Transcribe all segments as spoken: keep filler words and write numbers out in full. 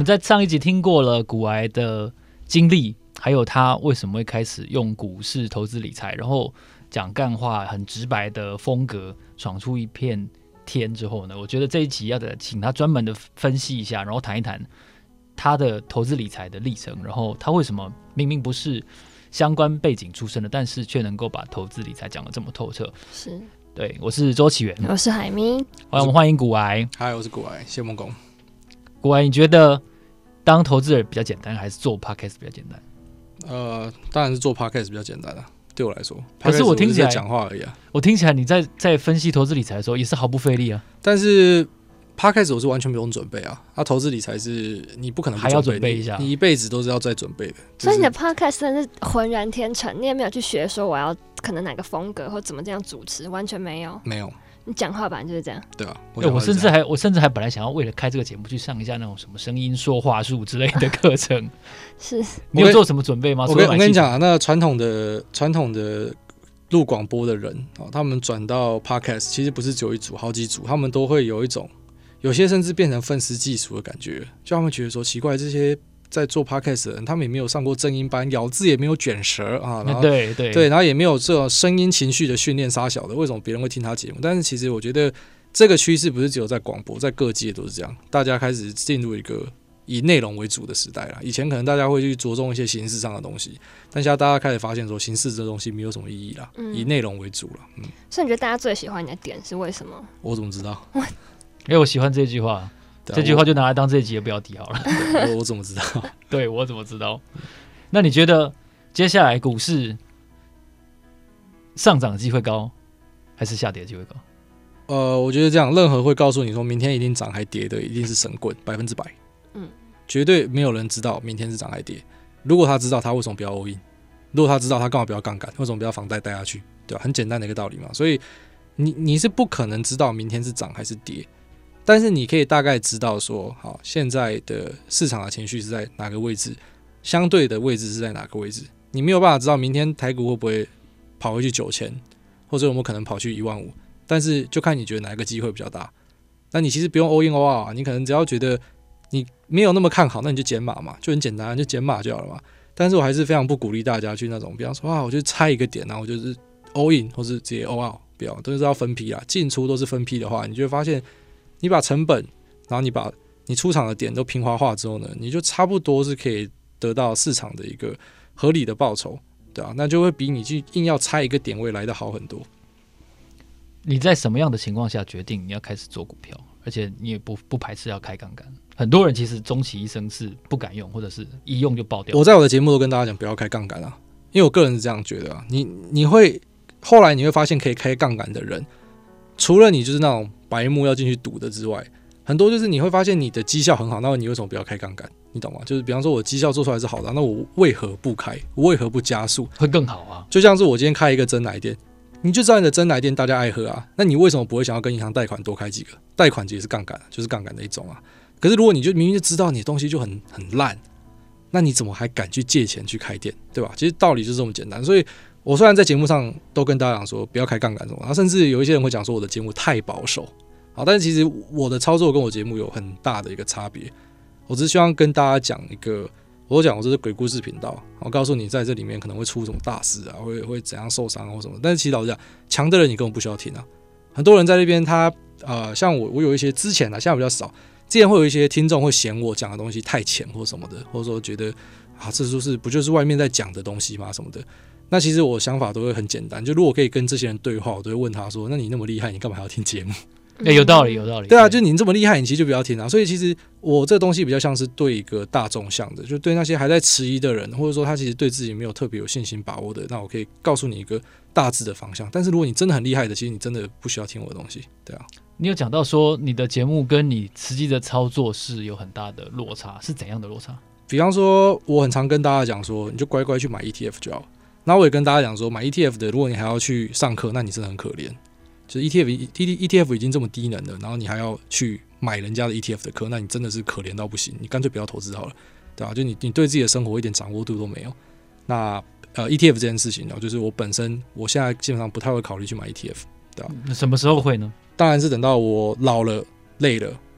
们在上一集听过了股癌的经历，还有他为什么会开始用股市投资理财，然后讲干话很直白的风格闯出一片天之后呢，我觉得这一集要的请他专门的分析一下，然后谈一谈他的投资理财的历程，然后他为什么明明不是相关背景出身的，但是却能够把投资理财讲得这么透彻。 是， 对，我是周启源， 我是海咪， 欢迎我们欢迎股癌。 嗨，我是股癌谢孟恭。 股癌，你觉得当投资人比较简单，还是做 podcast 比较简单？ 呃，当然是做 podcast 比较简单啦，对我来说。 可是我听起来讲话而已啊， 我听起来你在在分析投资理财的时候也是毫不费力啊。 但是 podcast 我是完全不用准备啊，啊，投资理财是你不可能不还要准备一下， 你一辈子都是要再准备的。 所以你的 podcast 真的是浑然天成，你也没有去学说我要可能哪个风格或怎么这样主持，完全没有。 没有， 你讲话本来就是这样。 对啊， 我, 我甚至还我甚至还本来想要为了开这个节目去上一下那种什么声音说话术之类的课程。 是， 你有做什么准备吗？ 我跟我跟你讲啊，那传统的传统的录广播的人、哦、他们转到 podcast 其实不是只有一组，好几组，他们都会有一种，有些甚至变成愤世嫉俗的感觉，就他们觉得说奇怪，这些在做 podcast 的人，他们也没有上过正音班，咬字也没有卷舌啊，然后对对对，然后也没有这种声音情绪的训练杀小的，为什么别人会听他节目？但是其实我觉得这个趋势不是只有在广播，在各界都是这样，大家开始进入一个以内容为主的时代了。以前可能大家会去着重一些形式上的东西，但现在大家开始发现说，形式这东西没有什么意义啦，嗯、以内容为主了。嗯， 所以你觉得大家最喜欢你的点是为什么？ 我怎么知道？ 因为我喜欢这句话。 啊、 这句话就拿来当这一集的标题好了。 我, 我怎么知道？ 对，我怎么知道？那你觉得接下来股市上涨的机会高，还是下跌的机会高？ 呃，我觉得这样，任何会告诉你说明天一定涨还跌的，一定是神棍，百分之百。嗯，绝对没有人知道明天是涨还跌。如果他知道，他为什么不要 all in？ 如果他知道，他干嘛不要杠杆？为什么不要房贷贷下去？对吧、啊？很简单的一个道理嘛。所以你你是不可能知道明天是涨还是跌。但是你可以大概知道说，好，现在的市场的情绪是在哪个位置，相对的位置是在哪个位置。你没有办法知道明天台股会不会跑回去九千，或者有没有可能跑去一万五，但是就看你觉得哪个机会比较大。那你其实不用 all in all out 啊，你可能只要觉得你没有那么看好，那你就减码嘛，就很简单，就减码就好了嘛。但是我还是非常不鼓励大家去那种，比方说啊，我就猜一个点，然后我就是 all in 或是直接 all out， 不要，都是要分批啦，进出都是分批的话，你就会发现。你把成本，然后你把你出场的点都平滑化之后呢，你就差不多是可以得到市场的一个合理的报酬，对啊，那就会比你去硬要猜一个点位来的好很多。 你在什么样的情况下决定你要开始做股票，而且你也 不, 不排斥要开杠杆？很多人其实终其一生是不敢用，或者是一用就爆掉。 我在我的节目都跟大家讲不要开杠杆啊，因为我个人是这样觉得啊。你你会后来你会发现可以开杠杆的人，除了你就是那种白目要进去赌的之外，很多就是你会发现你的绩效很好，那你为什么不要开杠杆？你懂吗？就是比方说我绩效做出来是好的，那我为何不开？我为何不加速？ 会更好啊！ 就像是我今天开一个珍奶店，你就知道你的珍奶店大家爱喝啊，那你为什么不会想要跟银行贷款多开几个？贷款其实是杠杆，就是杠杆的一种啊。可是如果你就明明就知道你的东西就很很烂，那你怎么还敢去借钱去开店？对吧？其实道理就是这么简单。所以我虽然在节目上都跟大家讲说不要开杠杆什么，然后甚至有一些人会讲说我的节目太保守，好，但是其实我的操作跟我节目有很大的一个差别。我只是希望跟大家讲一个，我都讲我这是鬼故事频道，我告诉你在这里面可能会出什么大事啊，会会怎样受伤或什么。但是其实老实讲，强的人你根本不需要听啊。很多人在那边他呃，像我，我有一些之前啊，现在比较少。之前会有一些听众会嫌我讲的东西太浅或什么的，或者说觉得啊，这就是不就是外面在讲的东西吗？什么的。那其实我想法都会很简单，就如果可以跟这些人对话，我都会问他说：“那你那么厉害，你干嘛还要听节目？” 欸、有道理，有道理。 对啊，就你这么厉害，你其实就不要听啊。所以其实我这个东西比较像是对一个大众向的，就对那些还在迟疑的人，或者说他其实对自己没有特别有信心把握的，那我可以告诉你一个大致的方向。但是如果你真的很厉害的，其实你真的不需要听我的东西，对啊。 你有讲到说你的节目跟你实际的操作是有很大的落差，是怎样的落差？ 比方说，我很常跟大家讲说，你就乖乖去买 E T F 就好。然后我也跟大家讲说，买 E T F 的，如果你还要去上课，那你真的很可怜。就是 E T F，E T F 已经这么低能了，然后你还要去买人家的 E T F 的课，那你真的是可怜到不行。你干脆不要投资好了，对吧、啊？就你你对自己的生活一点掌握度都没有。那呃 E T F 这件事情呢，就是我本身我现在基本上不太会考虑去买 E T F， 对吧、啊？ 什么时候会呢？ 当然是等到我老了、累了，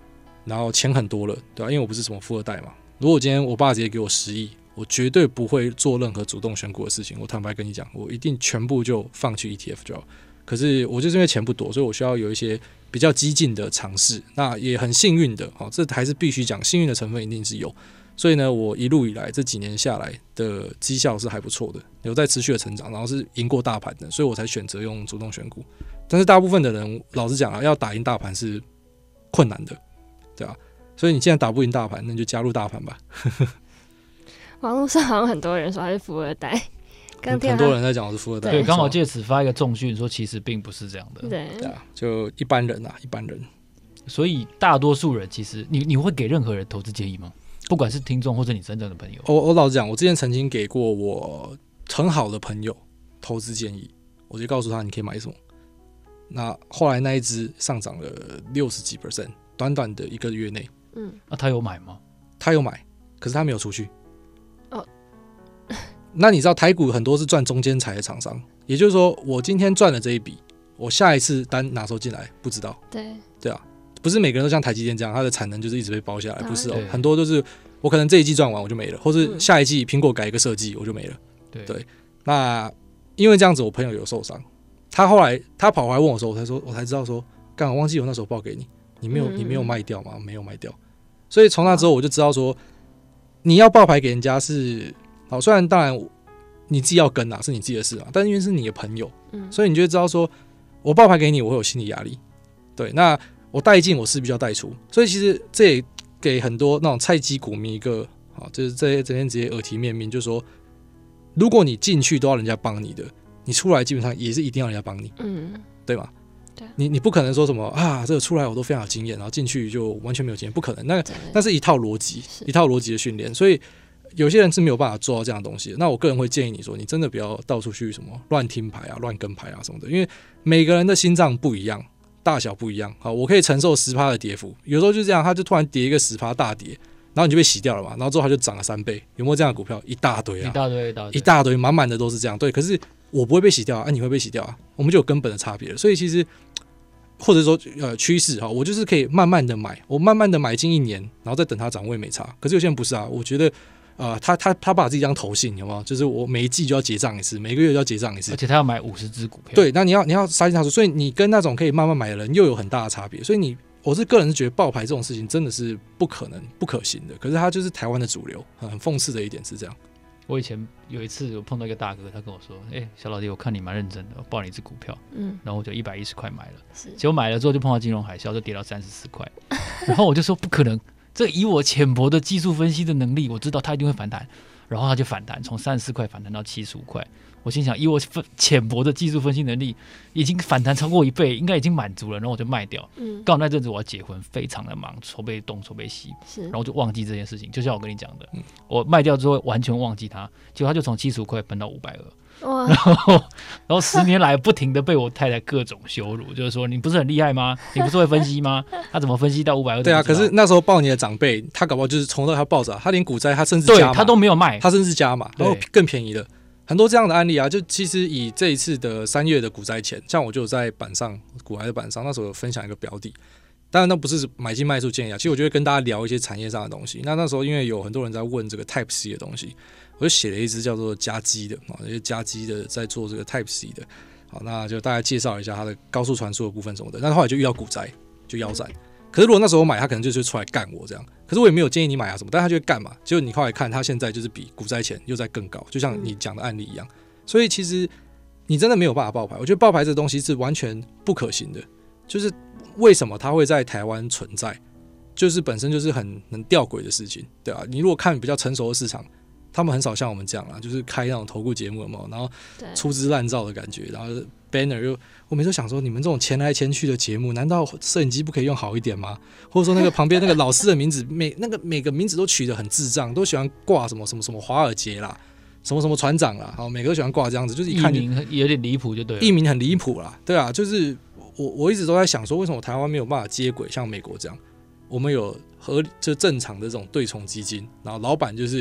然后钱很多了，对吧、啊？因为我不是什么富二代嘛。如果今天我爸直接给我十亿，我绝对不会做任何主动选股的事情。我坦白跟你讲，我一定全部就放去 E T F 就好。可是我就是因为钱不多，所以我需要有一些比较激进的尝试。那也很幸运的，哦，这还是必须讲，幸运的成分一定是有。所以呢，我一路以来这几年下来的绩效是还不错的，有在持续的成长，然后是赢过大盘的，所以我才选择用主动选股。但是大部分的人，老实讲啊，要打赢大盘是困难的，对啊。所以你既然打不赢大盘，那你就加入大盘吧。 网络上好像很多人说他是富二代， 很多人在讲我是富二代， 对，刚好借此发一个重讯，说其实并不是这样的， 对， 对啊，就一般人啊，一般人。 所以大多数人其实你你会给任何人投资建议吗？不管是听众或者你真正的朋友。 我我老实讲，我之前曾经给过我很好的朋友投资建议，我就告诉他你可以买什么。那后来那一只上涨了六十几 percent， 短短的一个月内。 嗯， 那、啊、他有买吗？ 他有买，可是他没有出去。 哦， 那你知道台股很多是赚中间财的厂商，也就是说，我今天赚了这一笔，我下一次单哪时候进来不知道。 对， 对啊。不是每个人都像台积电这样，它的产能就是一直被包下来，不是哦，很多都是我可能这一季赚完我就没了，或是下一季苹果改一个设计我就没了。 对， 对，那因为这样子，我朋友有受伤，他后来他跑回来问我说，我才说，我才知道说，干，我忘记我那时候报给你，你没有你没有卖掉吗？没有卖掉，所以从那之后我就知道说，你要报牌给人家是好，虽然当然你自己要跟啊，是你自己的事啊，但是因为是你的朋友，所以你就会知道说，我报牌给你，我会有心理压力，对，那。我带进，我势必要带出，所以其实这也给很多那种菜鸡股民一个，好，就是这些这边直接耳提面命，就是说，如果你进去都要人家帮你的，你出来基本上也是一定要人家帮你，嗯，对吗？ 对， 你你不可能说什么啊，这个出来我都非常有经验，然后进去就完全没有经验，不可能，那那是一套逻辑，一套逻辑的训练，所以有些人是没有办法做到这样的东西。那我个人会建议你说，你真的不要到处去什么乱听牌啊、乱跟牌啊什么的，因为每个人的心脏不一样。大小不一样，好，我可以承受 百分之十 的跌幅，有时候就这样，它就突然跌一个 百分之十 大跌，然后你就被洗掉了嘛，然后之后它就涨了三倍，有没有这样的股票？一大堆啊， 一大堆，一大堆， 一大堆，满满的都是这样。对，可是我不会被洗掉啊，啊你会被洗掉啊，我们就有根本的差别了。所以其实或者说呃趋势哈，我就是可以慢慢的买，我慢慢的买进一年，然后再等它涨，我也没差。可是有些人不是啊，我觉得。呃，他他他把自己当投信，有没有？就是我每一季就要结账一次，每个月就要结账一次， 而且他要买五十只股票。 对，那你要你要杀进杀出，所以你跟那种可以慢慢买的人又有很大的差别。所以你，我是个人是觉得爆牌这种事情真的是不可能、不可行的。可是它就是台湾的主流，很讽刺的一点是这样。 我以前有一次有碰到一个大哥，他跟我说：“哎、欸，小老弟，我看你蛮认真的，我报你一只股票。”嗯，然后我就一百一十块买了，结果买了之后就碰到金融海啸，就跌到三十四块。然后我就说不可能，这以我浅薄的技术分析的能力，我知道它一定会反弹。然后它就反弹，从三十四块反弹到七十五块。我心想，以我浅薄的技术分析能力，已经反弹超过一倍，应该已经满足了。然后我就卖掉。嗯，刚好那阵子我要结婚，非常的忙，筹备东筹备西，然后就忘记这件事情。就像我跟你讲的，嗯、我卖掉之后完全忘记它，结果它就从七十五块奔到五百二。然后，然后十年来不停的被我太太各种羞辱，就是说你不是很厉害吗？你不是会分析吗？他怎么分析到五百二？ 对啊，可是那时候抱你的长辈，他搞不好就是从头他抱着，他连股灾他甚至加码， 他都没有卖， 他甚至加码，然后更便宜了。很多这样的案例啊，就其实以这一次的三月的股灾前，像我就有在板上股癌的板上，那时候有分享一个标的。当然，那不是买进卖出建议啊。其实我就会跟大家聊一些产业上的东西。那那时候因为有很多人在问这个 Type C 的东西，我就写了一支叫做加基的啊，一些加基的在做这个 Type C 的。好，那就大概介绍一下它的高速传输的部分什么的。但是后来就遇到股灾，就腰斩。可是如果那时候我买，他可能就是出来干我这样。可是我也没有建议你买啊什么，但他就会干嘛。结果你后来看，他现在就是比股灾前又在更高，就像你讲的案例一样。所以其实你真的没有办法爆牌。我觉得爆牌这东西是完全不可行的，就是为什么它会在台湾存在，就是本身就是很很吊诡的事情，对啊。你如果看比较成熟的市场，他们很少像我们这样啦，就是开那种投顾节目有没有，然后粗制滥造的感觉，然后 banner 又，我每次都想说，你们这种前来前去的节目，难道摄影机不可以用好一点吗？或者说那个旁边那个老师的名字，每那个每个名字都取得很智障，都喜欢挂什么什么什么华尔街啦。什么什么船长啦，好，每个都喜欢挂这样子，就是一看就艺名有点离谱，就对了。 艺名很离谱啦，对啊，就是我我一直都在想说，为什么台湾没有办法接轨像美国这样？我们有合就正常的这种对冲基金，然后老板就是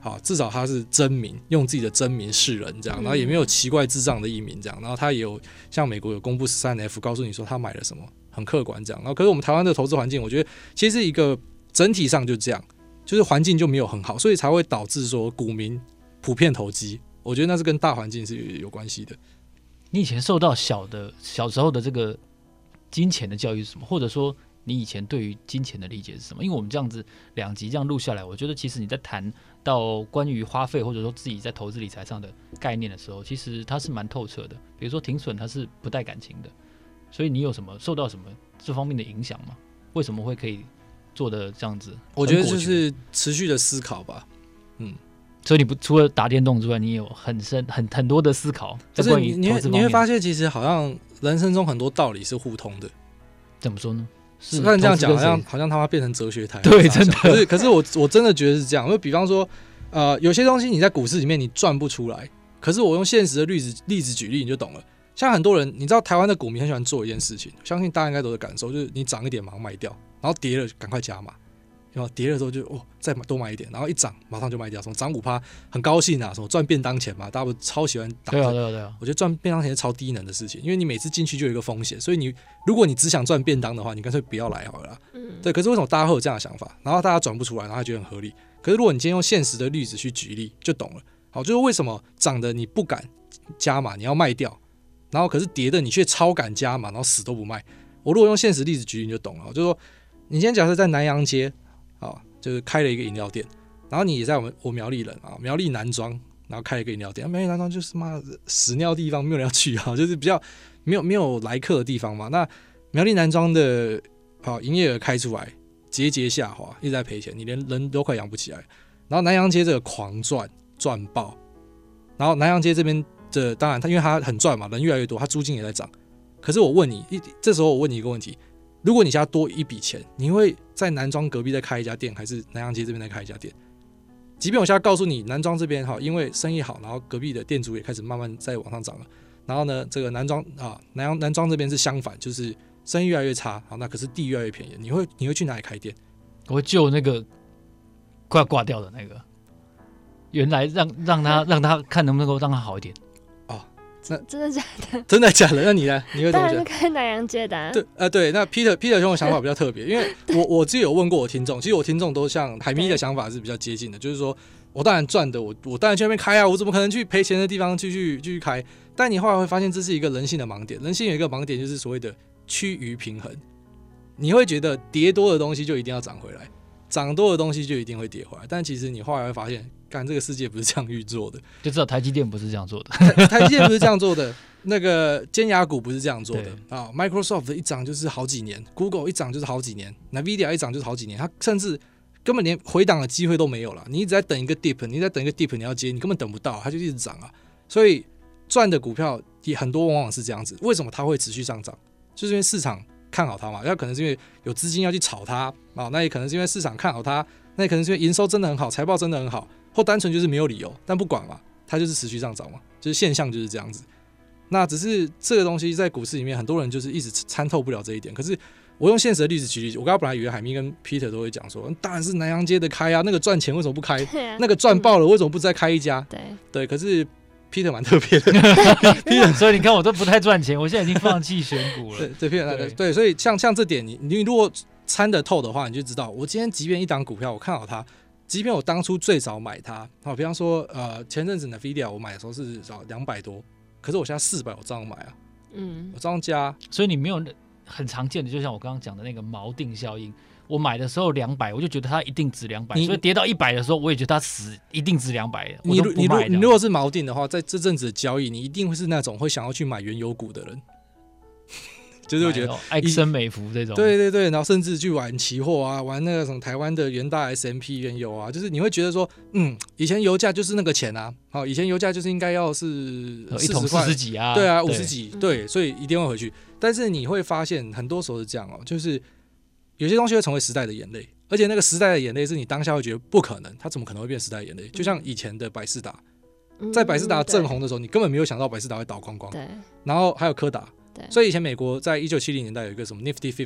好，至少他是真名，用自己的真名示人这样，然后也没有奇怪智障的艺名这样，然后他也有像美国有公布 十三 F 告诉你说他买了什么，很客观这样。然后可是我们台湾的投资环境，我觉得其实一个整体上就这样，就是环境就没有很好，所以才会导致说股民普遍投机。我觉得那是跟大环境是有关系的。 你以前受到小的小时候的这个金钱的教育是什么？或者说你以前对于金钱的理解是什么？因为我们这样子两集这样录下来，我觉得其实你在谈到关于花费或者说自己在投资理财上的概念的时候，其实它是蛮透彻的。比如说停损它是不带感情的，所以你有什么受到什么这方面的影响吗？为什么会可以做的这样子？ 我觉得就是持续的思考吧。嗯， 所以你不除了打电动之外，你也有很深很很多的思考在关于投资方面。 你会发现，其实好像人生中很多道理是互通的。 怎么说呢？ 虽然这样讲，好像好像他妈变成哲学台。 对，真的。 可是可是我我真的觉得是这样。因为比方说，呃，有些东西你在股市里面你赚不出来，可是我用现实的例子例子举例，你就懂了。像很多人，你知道台湾的股民很喜欢做一件事情，相信大家应该都有感受，就是你涨一点马上卖掉，然后跌了赶快加码。然后跌了之后就哦再多买一点，然后一涨马上就卖掉，什么涨五趴很高兴啊，什么赚便当钱嘛，大家不超喜欢打。 对啊对啊对啊， 我觉得赚便当钱是超低能的事情，因为你每次进去就有一个风险，所以你如果你只想赚便当的话，你干脆不要来好了啦。嗯，对。可是为什么大家会有这样的想法？然后大家转不出来，然后他觉得很合理。可是如果你今天用现实的例子去举例，就懂了。好，就是为什么涨的你不敢加码，你要卖掉，然后可是跌的你却超敢加码，然后死都不卖。我如果用现实例子举例，你就懂了。就是说，你今天假设在南阳街，啊。就是开了一个饮料店，然后你也在我们我苗栗人啊，苗栗南庄，然后开了一个饮料店，苗栗南庄就是妈屎尿地方，没有人要去啊，就是比较没有没有来客的地方嘛。那苗栗南庄的啊营业额开出来节节下滑，一直在赔钱，你连人都快养不起来。然后南阳街这个狂赚赚爆，然后南阳街这边的当然它因为它很赚嘛，人越来越多，它租金也在涨。可是我问你，这时候我问你一个问题。如果你现在多一笔钱，你会在南庄隔壁再开一家店，还是南阳街这边再开一家店？即便我现在告诉你，南庄这边好，因为生意好，然后隔壁的店主也开始慢慢在往上涨了。然后呢，这个南庄啊，南阳南庄这边是相反，就是生意越来越差，好，那可是地越来越便宜。你会你会去哪里开店？ 我会救那个快要挂掉的那个，原来让让他让他看能不能够让他好一点。 那真的假的？ 真的假的？那你呢？你会怎么想？ 当然是开南阳街的、啊。 对，呃，对，那 Peter Peter 兄的想法比较特别，因为我我自己有问过我听众，其实我听众都像海咪的想法是比较接近的，就是说我当然赚的，我我当然去那边开啊，我怎么可能去赔钱的地方继续继续开？但你后来会发现这是一个人性的盲点，人性有一个盲点就是所谓的趋于平衡，你会觉得跌多的东西就一定要涨回来，涨多的东西就一定会跌回来，但其实你后来会发现。干这个世界不是这样运作的， 就知道台积电不是这样做的， 台, 台积电不是这样做的，那个尖牙股不是这样做的啊。Microsoft 一涨就是好几年 ，Google 一涨就是好几年 ，Nvidia 一涨就是好几年，它甚至根本连回档的机会都没有了。你一直在等一个 dip， 你一直在等一个 dip， 你要接，你根本等不到，它就一直涨啊。所以赚的股票也很多，往往是这样子。为什么它会持续上涨？就是因为市场看好它嘛，要可能是因为有资金要去炒它啊，那也可能是因为市场看好它，那也可能是因为营收真的很好，财报真的很好。或单纯就是没有理由，但不管嘛，它就是持续上涨嘛，就是现象就是这样子。那只是这个东西在股市里面，很多人就是一直参透不了这一点。可是我用现实的例子举例，我刚刚本来以为海咪跟 Peter 都会讲说，当然是南阳街的开啊，那个赚钱为什么不开？啊、那个赚爆了为什么不再开一家？ 对对，可是 Peter 蛮特别的 ，Peter， 所以你看我都不太赚钱，我现在已经放弃选股了。 对对 ，Peter 对对，所以像像这点，你你如果参得透的话，你就知道，我今天即便一档股票我看好它。即便我当初最早买它，好，比方说，呃，前阵子 Nvidia 我买的时候是找两百多，可是我现在四百，我照样买啊，嗯，我照样加， 所以你没有很常见的，就像我刚刚讲的那个锚定效应。我买的时候两百，我就觉得它一定值两百，所以跌到一百的时候，我也觉得它死一定值两百。 你你你如果是锚定的话，在这阵子的交易，你一定会是那种会想要去买原油股的人。就是会觉得埃森美孚这种， 对对对，然后甚至去玩期货啊，玩那个什么台湾的元大 S M P 原油啊，就是你会觉得说，嗯，以前油价就是那个钱啊，好，以前油价就是应该要是一桶四十几啊， 对啊，五十几，对，所以一定会回去。但是你会发现，很多时候是这样哦，就是有些东西会成为时代的眼泪，而且那个时代的眼泪是你当下会觉得不可能，它怎么可能会变时代的眼泪？就像以前的百视达，在百视达正红的时候，你根本没有想到百视达会倒光光，对，然后还有柯达。所以以前美国在一九七零年代有一个什么 Nifty 五十，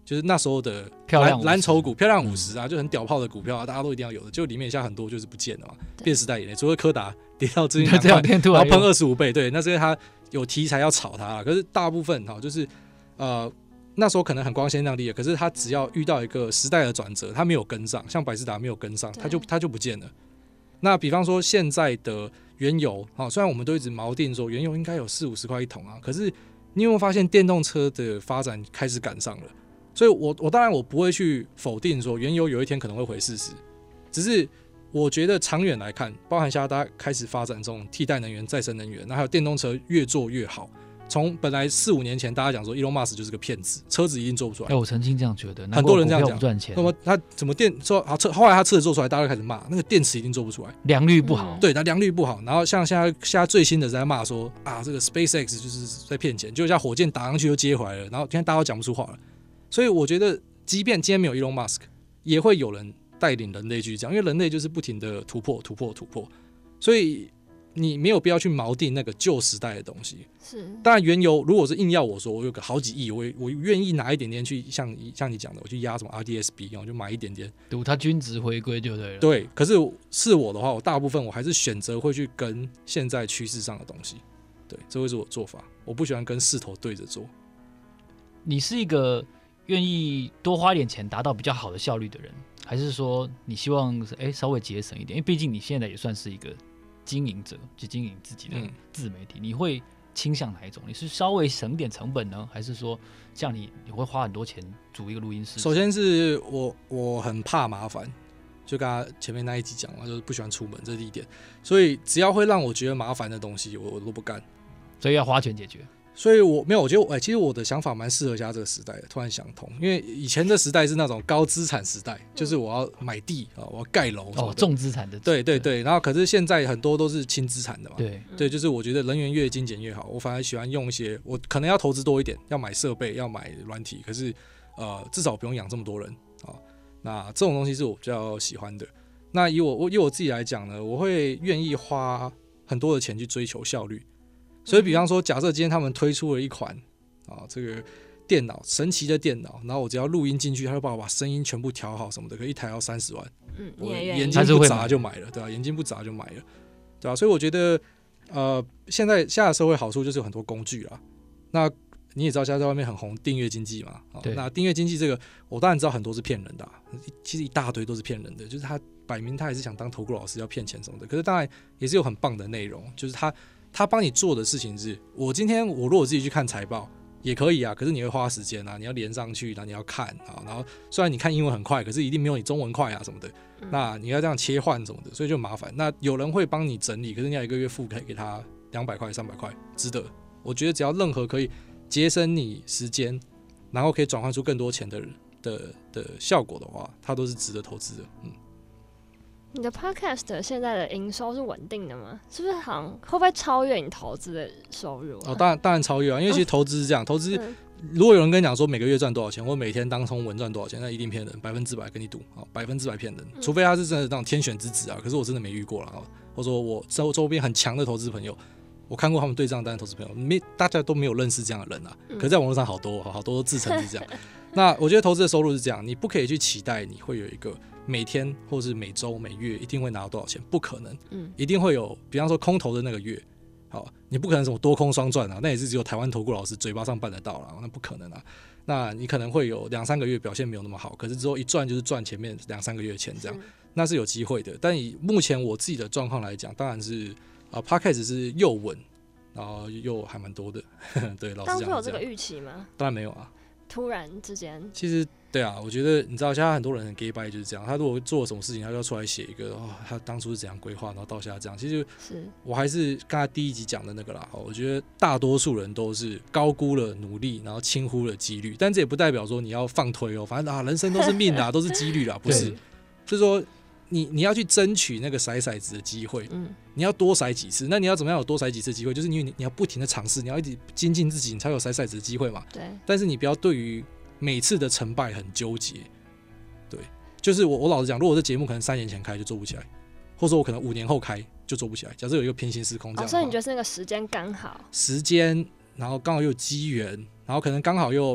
就是那时候的漂亮蓝筹股，漂亮五十啊，就很屌炮的股票啊，大家都一定要有的。就里面现在很多就是不见了嘛，变时代眼泪，除了柯达跌到最近两块，然后喷二十五倍，对，那是因为它有题材要炒它，可是大部分哈就是呃那时候可能很光鲜亮丽的，可是它只要遇到一个时代的转折，它没有跟上，像百视达没有跟上，它就它就不见了。那比方说现在的原油，好，虽然我们都一直锚定说原油应该有四五十块一桶啊，可是你有没有发现电动车的发展开始赶上了？所以我我当然我不会去否定说原油有一天可能会回四十，只是我觉得长远来看，包含现在大家开始发展这种替代能源、再生能源，那还有电动车越做越好。从本来四五年前大家讲说 Elon Musk 就是个骗子，车子一定做不出来。 哎，我曾经这样觉得， 很多人这样讲， 赚钱。 那么他怎么电说好车，后来他车子做出来，大家就开始骂那个电池一定做不出来， 良率不好。 嗯、对，它良率不好。然后像现在现在最新的在骂说啊，这个 SpaceX 就是在骗钱，就像火箭打上去就接回来了，然后现在大家都讲不出话了。所以我觉得，即便今天没有 Elon Musk， 也会有人带领人类继续讲，因为人类就是不停的突破、突破、突破，所以你没有必要去锚定那个旧时代的东西。 是， 当然原油如果是硬要我说，我有个好几亿，我我愿意拿一点点去像像你讲的，我去压什么 R D S B， 我就买一点点， 赌它均值回归就对了。 对，可是是我的话，我大部分我还是选择会去跟现在趋势上的东西。对，这会是我的做法。我不喜欢跟势头对着做。 你是一个愿意多花一点钱达到比较好的效率的人，还是说你希望哎稍微节省一点？因为毕竟你现在也算是一个经营者，就经营自己的自媒体，嗯、你会倾向哪一种？你是稍微省点成本呢，还是说像你你会花很多钱组一个录音室？ 首先是我我很怕麻烦，就刚刚前面那一集讲嘛，就是不喜欢出门，这是第一点。所以只要会让我觉得麻烦的东西，我我都不干。 所以要花钱解决。 所以我没有，我觉得，哎、欸，其实我的想法蛮适合现在这个时代的。突然想通，因为以前的时代是那种高资产时代，就是我要买地啊，我要盖楼， 哦，重资产的， 对对对。然后可是现在很多都是轻资产的嘛， 对对，就是我觉得人员越精简越好。我反而喜欢用一些，我可能要投资多一点，要买设备，要买软体，可是呃，至少不用养这么多人啊。那这种东西是我比较喜欢的。那以我我以我自己来讲呢，我会愿意花很多的钱去追求效率。所以，比方说，假设今天他们推出了一款啊，这个电脑神奇的电脑，然后我只要录音进去，他就帮我把声音全部调好什么的，可一台要三十万， 嗯， 我眼睛不眨就买了，对吧、啊？眼睛不眨就买了，对吧、啊？所以我觉得，呃，现在现在的社会好处就是有很多工具啦。那你也知道，现在在外面很红订阅经济嘛，啊，那订阅经济这个，我当然知道很多是骗人的、啊，其实一大堆都是骗人的，就是他摆明他也是想当投顾老师要骗钱什么的，可是当然也是有很棒的内容，就是他。他帮你做的事情是，我今天我如果自己去看财报也可以啊，可是你会花时间啊，你要连上去，然后你要看啊，然后虽然你看英文很快，可是一定没有你中文快啊什么的，那你要这样切换什么的，所以就麻烦。那有人会帮你整理，可是你要一个月付可以给他两百块、三百块，值得。我觉得只要任何可以节省你时间，然后可以转换出更多钱的的的效果的话，它都是值得投资的。嗯。 你的 podcast 现在的营收是稳定的吗？是不是好像会不会超越你投资的收入、啊？ 哦，当然当然超越啊，因为其实投资是这样，投资、嗯、如果有人跟你讲说每个月赚多少钱，或每天当冲文赚多少钱，那一定骗人，百分之百跟你赌啊，百分之百骗人，除非他是真的那种天选之子啊。可是我真的没遇过啦，或者说我周周边很强的投资朋友，我看过他们对账单的投资朋友，没大家都没有认识这样的人啊。可是在网络上好多好多都自称是这样。那我觉得投资的收入是这样，你不可以去期待你会有一个每天或是每周每月一定会拿到多少钱，不可能，嗯，一定会有，比方说空头的那个月，好，你不可能什么多空双赚啊，那也是只有台湾投顾老师嘴巴上办得到啦，那不可能啊。那你可能会有两三个月表现没有那么好，可是之后一赚就是赚前面两三个月的钱这样，那是有机会的。但以目前我自己的状况来讲，当然是啊 ，Podcast 是又稳，然后又还蛮多的，对，老实讲。 当初有这个预期吗？ 当然没有啊。 突然之间， 其实对啊，我觉得你知道，现在很多人很 gay bye 就是这样。他如果做了什么事情，他就要出来写一个哦，他当初是怎样规划，然后到现在这样。其实我还是刚才第一集讲的那个啦，我觉得大多数人都是高估了努力，然后轻忽了几率。但这也不代表说你要放推哦，反正啊，人生都是命啊，都是几率啦，不是。就是说你你要去争取那个骰骰子的机会，嗯，你要多骰几次。那你要怎么样有多骰几次机会？就是你你要不停的尝试，你要一直精进自己，你才有骰骰子的机会嘛。 对。但是你不要对于每次的成败很纠结。对，就是我我老实讲，如果这节目可能三年前开就做不起来，或者说我可能五年后开就做不起来。假设有一个平行时空这样、哦， 所以你觉得是那个时间刚好？ 时间，然后刚好又有机缘，然后可能刚好又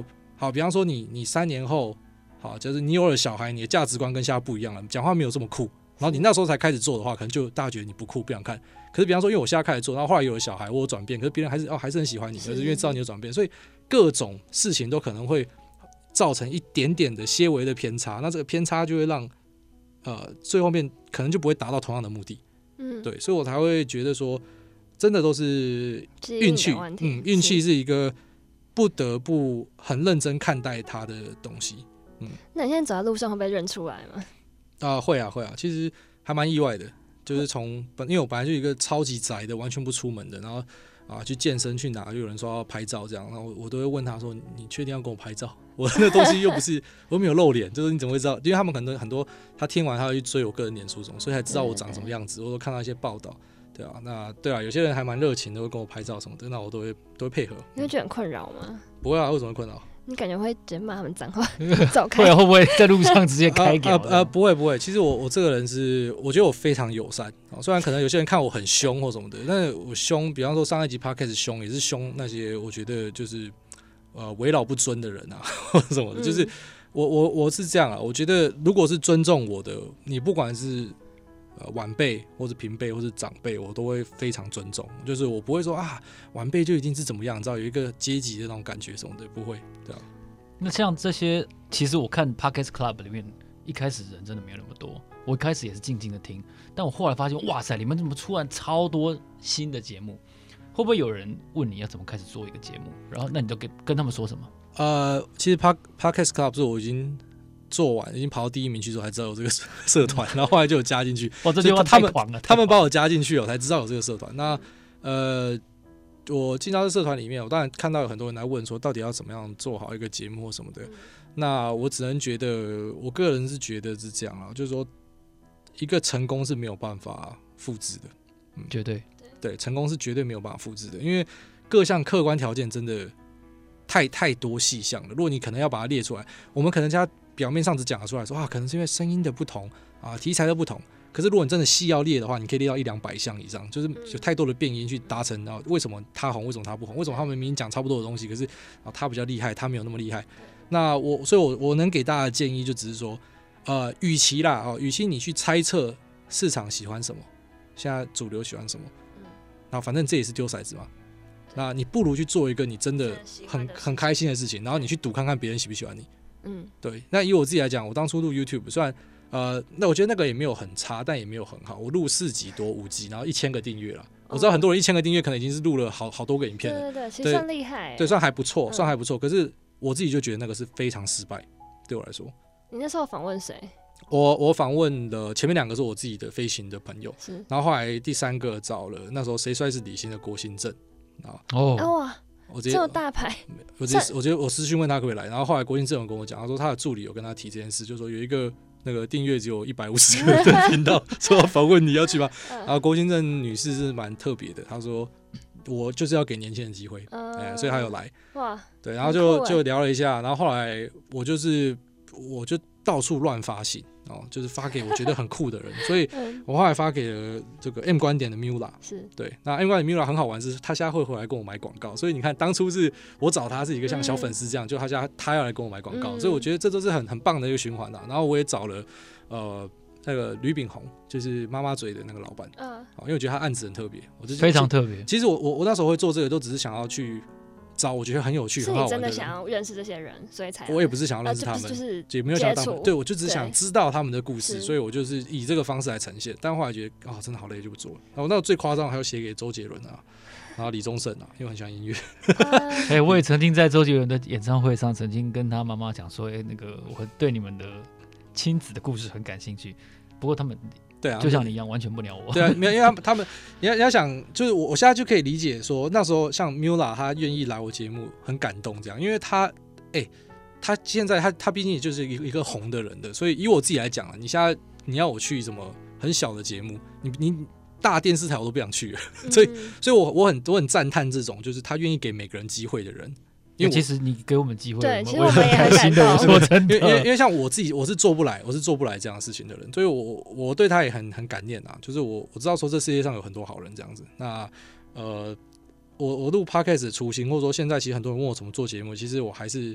好，比方说你你三年后，好，就是你有了小孩，你的价值观跟现在不一样了，讲话没有这么酷，然后你那时候才开始做的话，可能就大家觉得你不酷，不想看。可是比方说，因为我现在开始做，然后后来有了小孩，我有转变，可是别人还是哦还是很喜欢你，可是因为知道你有转变，所以各种事情都可能会造成一点点的些微的偏差，那这个偏差就会让呃最后面可能就不会达到同样的目的。嗯，对，所以我才会觉得说，真的都是运气，嗯，运气是一个不得不很认真看待它的东西。嗯， 那你现在走在路上会被认出来吗？ 啊、呃，会啊，会啊，其实还蛮意外的。就是从本，因为我本来就一个超级宅的，完全不出门的，然后啊去健身去哪，就有人说要拍照这样，然后我都会问他说：“你确定要跟我拍照？我那东西又不是我没有露脸，就是你怎么会知道？因为他们可能很多，他听完他会去追我个人脸书什么，所以才知道我长什么样子。我都看到一些报道，对啊，那对啊，有些人还蛮热情的，会跟我拍照什么的，那我都会都会配合。 你会觉得很困扰吗？ 不会啊，为什么会困扰？ 你感觉会直接骂他们脏话，走开？ 会啊，会不会在路上直接开屌？ 啊啊啊！不会不会，其实我我这个人是，我觉得我非常友善。虽然可能有些人看我很凶或什么的，但是我凶，比方说上一集 podcast 凶，也是凶那些我觉得就是呃为老不尊的人啊，或者什么的。嗯、就是我我我是这样啊，我觉得如果是尊重我的，你不管是呃晚辈或是平辈或是长辈，我都会非常尊重。就是我不会说啊晚辈就一定是怎么样，你知道有一个阶级的那种感觉什么的，不会，对啊。 那像这些，其实我看 Podcast Club 里面一开始人真的没有那么多，我一开始也是静静的听，但我后来发现，哇塞，里面怎么突然超多新的节目？会不会有人问你要怎么开始做一个节目？然后那你就跟跟他们说什么？ 呃，其实 Podcast Club 是我已经做完，已经跑到第一名去之后才知道有这个社团，然后后来就有加进去。 哇，这句话太狂了！ 他们把我加进去，我才知道有这个社团。那呃。我进到这社团里面，我当然看到有很多人来问说，到底要怎么样做好一个节目或什么的。嗯、那我只能觉得，我个人是觉得是这样啊，就是说，一个成功是没有办法复制的， 嗯，绝对， 对，成功是绝对没有办法复制的，因为各项客观条件真的太太多细项了。如果你可能要把它列出来，我们可能家表面上只讲得出来说啊，可能是因为声音的不同啊，题材的不同。可是如果你真的细要列的话，你可以列到一两百项以上，就是有太多的变因去达成。然后为什么他红，为什么他不红？为什么他们明明讲差不多的东西，可是啊他比较厉害，他没有那么厉害？那我所以我，我能给大家的建议就只是说，呃，与其啦，哦，与其你去猜测市场喜欢什么，现在主流喜欢什么，那反正这也是丢骰子嘛。那你不如去做一个你真的很很开心的事情，然后你去赌看看别人喜不喜欢你。嗯，对。那以我自己来讲，我当初录 YouTube， 虽然呃，那我觉得那个也没有很差，但也没有很好。我录四集多五集，然后一千个订阅了。我知道很多人一千个订阅可能已经是录了好好多个影片了， 对对对，其实算厉害， 对，算还不错，算还不错。可是我自己就觉得那个是非常失败，对我来说。 你那时候访问谁？ 我我访问的前面两个是我自己的飞行的朋友，然后后来第三个找了那时候谁帅是李欣的郭兴正啊。 哦哇， 我直接这么大牌， 我直接我觉得我私讯问他可不可以来，然后后来郭兴正有跟我讲，他说他的助理有跟他提这件事，就说有一个那个订阅只有一百五十个人的频道，说要访问你要去吗？然后郭兴正女士是蛮特别的，她说我就是要给年轻人机会，嗯欸，所以她有来。哇，对，然后就就聊了一下，然后后来我就是我就到处乱发信。哦，就是发给我觉得很酷的人，所以我后来发给了这个 M 观点的 Mula， 是对，那 M 观点 Mula 很好玩，是他现在会回来跟我买广告，所以你看当初是我找他是一个像小粉丝这样，嗯、就他家他要来跟我买广告，嗯、所以我觉得这都是很很棒的一个循环啊。然后我也找了呃那个吕炳宏，就是妈妈嘴的那个老板，嗯，因为我觉得他案子很特别，我就非常特别。 其实我我我那时候会做这个，都只是想要去找我觉得很有趣、很好玩的人。 是你真的想要认识这些人，所以才我也不是想要认识他们， 呃、就是也没有想要他们，对我就只是想知道他们的故事，所以我就是以这个方式来呈现。但后来觉得啊、哦，真的好累，就不做了。然后那个最夸张还要写给周杰伦啊，然后李宗盛啊，因为我很喜欢音乐。 哎、欸，我也曾经在周杰伦的演唱会上，曾经跟他妈妈讲说，哎、欸，那个我对你们的亲子的故事很感兴趣，不过他们。 对啊， 就像你一样，完全不鸟我。 对啊，没有，因为他们，他们你要你要想，就是我我现在就可以理解说，那时候像 Mula 他愿意来我节目，很感动这样，因为他，哎、欸，他现在他他毕竟也就是一个一个红的人的，所以以我自己来讲啊，你现在你要我去什么很小的节目，你你大电视台我都不想去了，所以所以我我很我很赞叹这种就是他愿意给每个人机会的人。 因为其实你给我们机会， 对，其实我们也很开心的。 说真的， 因为因为像我自己，我是做不来，我是做不来这样的事情的人，所以我我对他也很很感念啊。就是我我知道说这世界上有很多好人这样子。那呃，我我录 podcast 的初心，或者说现在其实很多人问我怎么做节目，其实我还是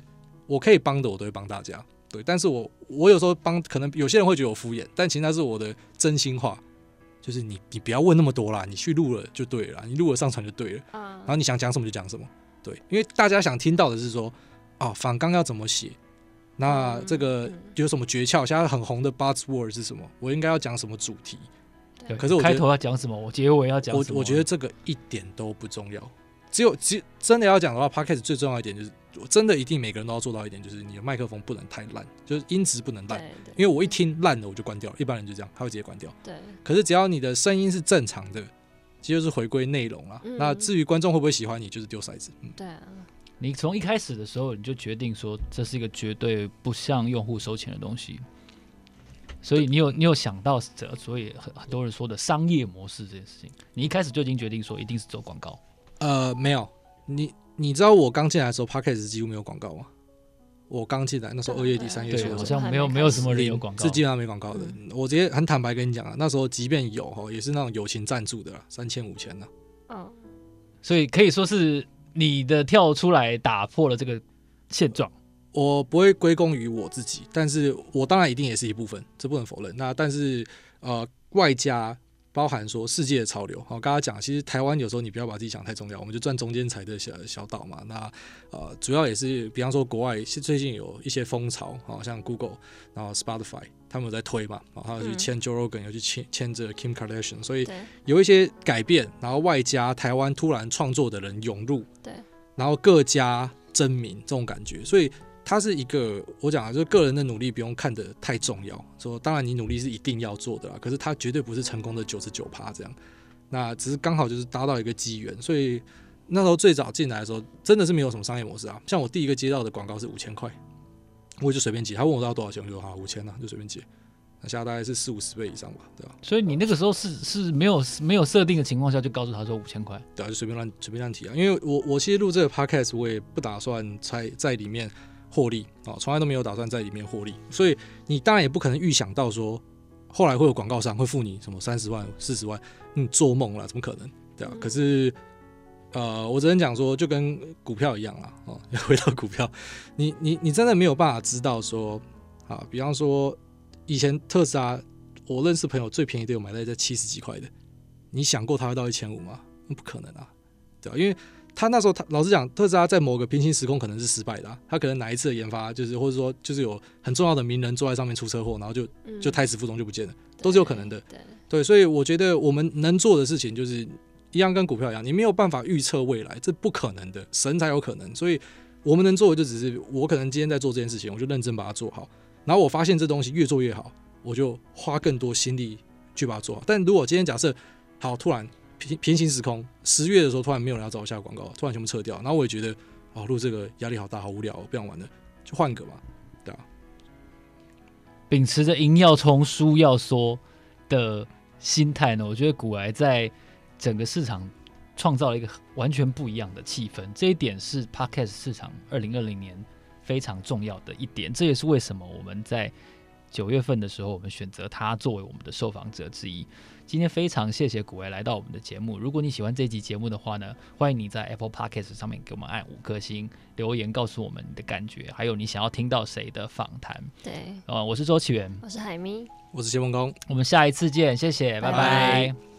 我可以帮的我都会帮大家，对，但是我我有时候帮，可能有些人会觉得我敷衍，但其实那是我的真心话，就是你你不要问那么多啦，你去录了就对了，你录了上传就对了，嗯、然后你想讲什么就讲什么，对，因为大家想听到的是说，哦，访纲要怎么写，那这个有什么诀窍？现在很红的 buzzword 是什么？我应该要讲什么主题？可是我开头要讲什么，我结尾要讲什么？ 我我觉得这个一点都不重要。只有只真的要讲的话 ，Podcast 最重要一点就是，真的一定每个人都要做到一点，就是你的麦克风不能太烂，就是音质不能烂。因为我一听烂的我就关掉了，一般人就这样，他会直接关掉。 对。 可是只要你的声音是正常的，其实就是回归内容啦。嗯、那至于观众会不会喜欢你，就是丢骰子。嗯、 对啊。 你从一开始的时候你就决定说，这是一个绝对不向用户收钱的东西。所以你有你有想到，所以很很多人说的商业模式这件事情，你一开始就已经决定说一定是走广告。 呃，没有，你你知道我刚进来的时候 ，Podcast 几乎没有广告吗？我刚进来那时候二月底三月初， 好像没有没有什么人有广告， 是基本上没广告的。嗯、我直接很坦白跟你讲啊，那时候即便有也是那种友情赞助的啦，三千五千呢。 嗯， 所以可以说是你的跳出来打破了这个现状。 我不会归功于我自己，但是我当然一定也是一部分，这不能否认。那但是呃，外加包含说世界的潮流，好，刚刚讲，其实台湾有时候你不要把自己想太重要，我们就赚中间财的小小岛嘛。那呃，主要也是，比方说国外最近有一些风潮，好像 Google， 然后 Spotify， 他们有在推嘛，然后他有去签 Joe Rogan，有去签签着 Kim Kardashian， 所以有一些改变，然后外加台湾突然创作的人涌入， 对， 然后各家争鸣这种感觉，所以。它是一个，我讲的就是个人的努力不用看得太重要。说当然你努力是一定要做的啦，可是它绝对不是成功的 百分之九十九 这样。那只是刚好就是搭到一个机缘，所以那时候最早进来的时候，真的是没有什么商业模式啊。像我第一个接到的广告是五千块，我就随便接。他问我要多少钱，我就说好五千啊，就随便接。那现在大概是四五十倍以上吧，对吧、啊？ 所以你那个时候是是没有没有设定的情况下，就告诉他说五千块， 对啊，就随便乱随便乱提啊。因为我我其实录这个 podcast， 我也不打算在在里面。获利啊，从来都没有打算在里面获利，所以你当然也不可能预想到说，后来会有广告商会付你什么三十万、四十万，你做梦了，怎么可能？对啊，可是呃，我只能讲说，就跟股票一样啦，哦，回到股票，你你你真的没有办法知道说，啊，比方说以前特斯拉，我认识朋友最便宜的有买在在七十几块的，你想过它会到一千五吗？不可能啊，对啊，因为。他那时候，他老实讲，特斯拉在某个平行时空可能是失败的、啊，他可能哪一次的研发，就是或者说就是有很重要的名人坐在上面出车祸，然后就就胎死腹中就不见了，都是有可能的。 对， 对，所以我觉得我们能做的事情就是一样，跟股票一样，你没有办法预测未来，这不可能的，神才有可能。所以我们能做的就只是，我可能今天在做这件事情，我就认真把它做好，然后我发现这东西越做越好，我就花更多心力去把它做好。但如果今天假设好突然。平平行时空，十月的时候突然没有人要找我下广告，突然全部撤掉，然后我也觉得，哦，录这个压力好大，好无聊，不想玩了，就换个嘛，对啊。 秉持着赢要冲、输要缩的心态呢，我觉得股癌在整个市场创造了一个完全不一样的气氛，这一点是 Podcast 市场二零二零年非常重要的一点，这也是为什么我们在九月份的时候，我们选择他作为我们的受访者之一。今天非常谢谢股癌来到我们的节目。如果你喜欢这一集节目的话呢，欢迎你在 Apple Podcast 上面给我们按五颗星，留言告诉我们你的感觉，还有你想要听到谁的访谈。 对， 呃，我是周启源， 我是海咪， 我是谢梦工， 我们下一次见，谢谢，拜拜。 拜拜。